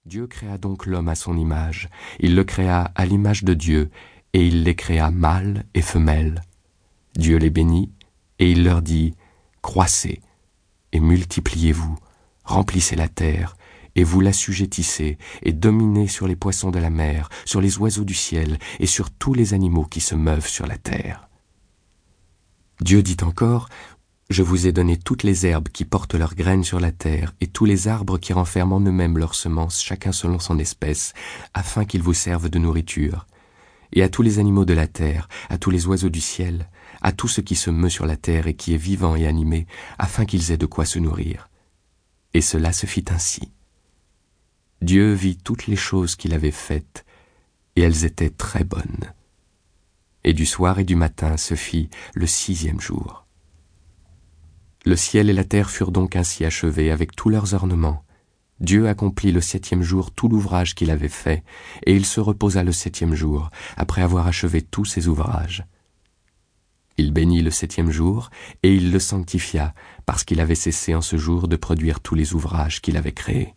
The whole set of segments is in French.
Dieu créa donc l'homme à son image. Il le créa à l'image de Dieu, et il les créa mâle et femelle. Dieu les bénit, et il leur dit, « Croissez, et multipliez-vous, remplissez la terre, et vous l'assujettissez, et dominez sur les poissons de la mer, sur les oiseaux du ciel, et sur tous les animaux qui se meuvent sur la terre. » Dieu dit encore, « Je vous ai donné toutes les herbes qui portent leurs graines sur la terre, et tous les arbres qui renferment en eux-mêmes leurs semences, chacun selon son espèce, afin qu'ils vous servent de nourriture. Et à tous les animaux de la terre, à tous les oiseaux du ciel, à tout ce qui se meut sur la terre et qui est vivant et animé, afin qu'ils aient de quoi se nourrir. » Et cela se fit ainsi. Dieu vit toutes les choses qu'il avait faites, et elles étaient très bonnes. Et du soir et du matin se fit le 6e jour. Le ciel et la terre furent donc ainsi achevés avec tous leurs ornements. Dieu accomplit le 7e jour tout l'ouvrage qu'il avait fait, et il se reposa le 7e jour, après avoir achevé tous ses ouvrages. Il bénit le 7e jour, et il le sanctifia, parce qu'il avait cessé en ce jour de produire tous les ouvrages qu'il avait créés.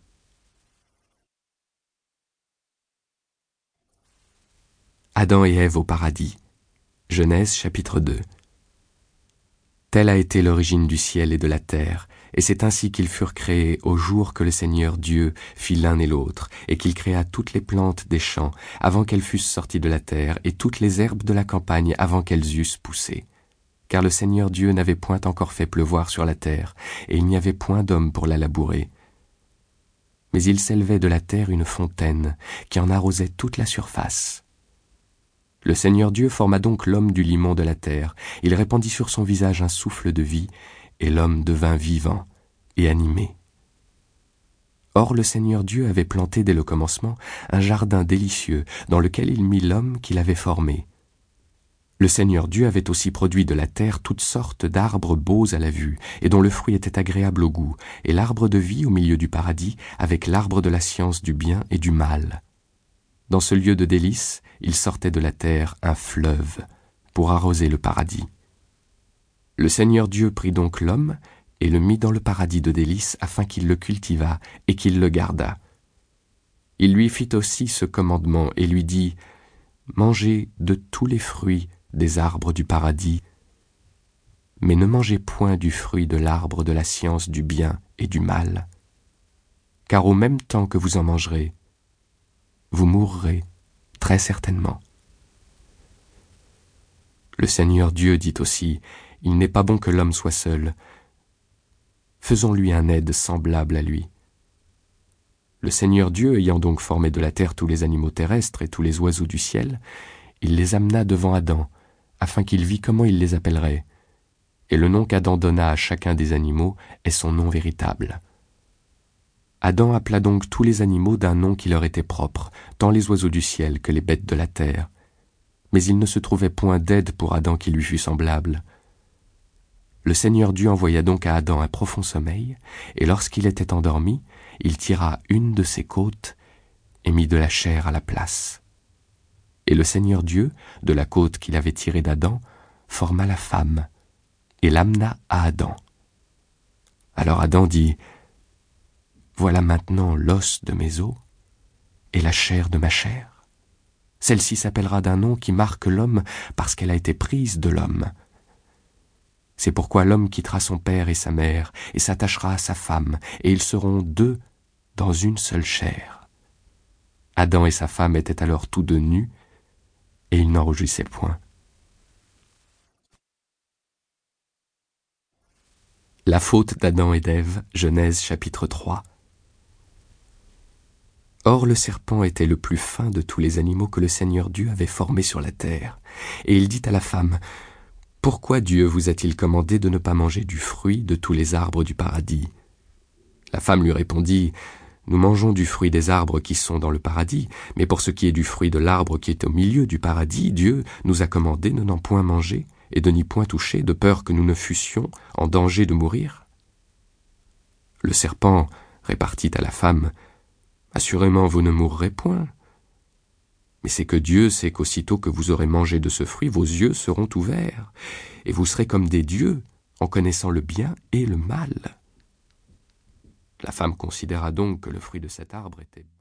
Adam et Ève au paradis. Genèse chapitre 2. Telle a été l'origine du ciel et de la terre, et c'est ainsi qu'ils furent créés au jour que le Seigneur Dieu fit l'un et l'autre, et qu'il créa toutes les plantes des champs avant qu'elles fussent sorties de la terre, et toutes les herbes de la campagne avant qu'elles eussent poussé. Car le Seigneur Dieu n'avait point encore fait pleuvoir sur la terre, et il n'y avait point d'homme pour la labourer. Mais il s'élevait de la terre une fontaine, qui en arrosait toute la surface. Le Seigneur Dieu forma donc l'homme du limon de la terre, il répandit sur son visage un souffle de vie, et l'homme devint vivant et animé. Or le Seigneur Dieu avait planté dès le commencement un jardin délicieux dans lequel il mit l'homme qu'il avait formé. Le Seigneur Dieu avait aussi produit de la terre toutes sortes d'arbres beaux à la vue, et dont le fruit était agréable au goût, et l'arbre de vie au milieu du paradis, avec l'arbre de la science du bien et du mal. Dans ce lieu de délices, il sortait de la terre un fleuve pour arroser le paradis. Le Seigneur Dieu prit donc l'homme et le mit dans le paradis de délices afin qu'il le cultivât et qu'il le gardât. Il lui fit aussi ce commandement et lui dit, « Mangez de tous les fruits des arbres du paradis, mais ne mangez point du fruit de l'arbre de la science du bien et du mal, car au même temps que vous en mangerez, vous mourrez très certainement. » Le Seigneur Dieu dit aussi, « Il n'est pas bon que l'homme soit seul. Faisons-lui un aide semblable à lui. » Le Seigneur Dieu, ayant donc formé de la terre tous les animaux terrestres et tous les oiseaux du ciel, il les amena devant Adam, afin qu'il vît comment il les appellerait. Et le nom qu'Adam donna à chacun des animaux est son nom véritable. Adam appela donc tous les animaux d'un nom qui leur était propre, tant les oiseaux du ciel que les bêtes de la terre. Mais il ne se trouvait point d'aide pour Adam qui lui fût semblable. Le Seigneur Dieu envoya donc à Adam un profond sommeil, et lorsqu'il était endormi, il tira une de ses côtes et mit de la chair à la place. Et le Seigneur Dieu, de la côte qu'il avait tirée d'Adam, forma la femme, et l'amena à Adam. Alors Adam dit, « Voilà maintenant l'os de mes os et la chair de ma chair. Celle-ci s'appellera d'un nom qui marque l'homme parce qu'elle a été prise de l'homme. C'est pourquoi l'homme quittera son père et sa mère et s'attachera à sa femme, et ils seront deux dans une seule chair. » Adam et sa femme étaient alors tous deux nus, et ils n'en rougissaient point. La faute d'Adam et d'Ève, Genèse chapitre 3. Or le serpent était le plus fin de tous les animaux que le Seigneur Dieu avait formés sur la terre. Et il dit à la femme, « Pourquoi Dieu vous a-t-il commandé de ne pas manger du fruit de tous les arbres du paradis ?» La femme lui répondit, « Nous mangeons du fruit des arbres qui sont dans le paradis, mais pour ce qui est du fruit de l'arbre qui est au milieu du paradis, Dieu nous a commandé de n'en point manger et de n'y point toucher, de peur que nous ne fussions en danger de mourir. » Le serpent répartit à la femme, « Assurément vous ne mourrez point. Mais c'est que Dieu sait qu'aussitôt que vous aurez mangé de ce fruit, vos yeux seront ouverts, et vous serez comme des dieux, en connaissant le bien et le mal. » La femme considéra donc que le fruit de cet arbre était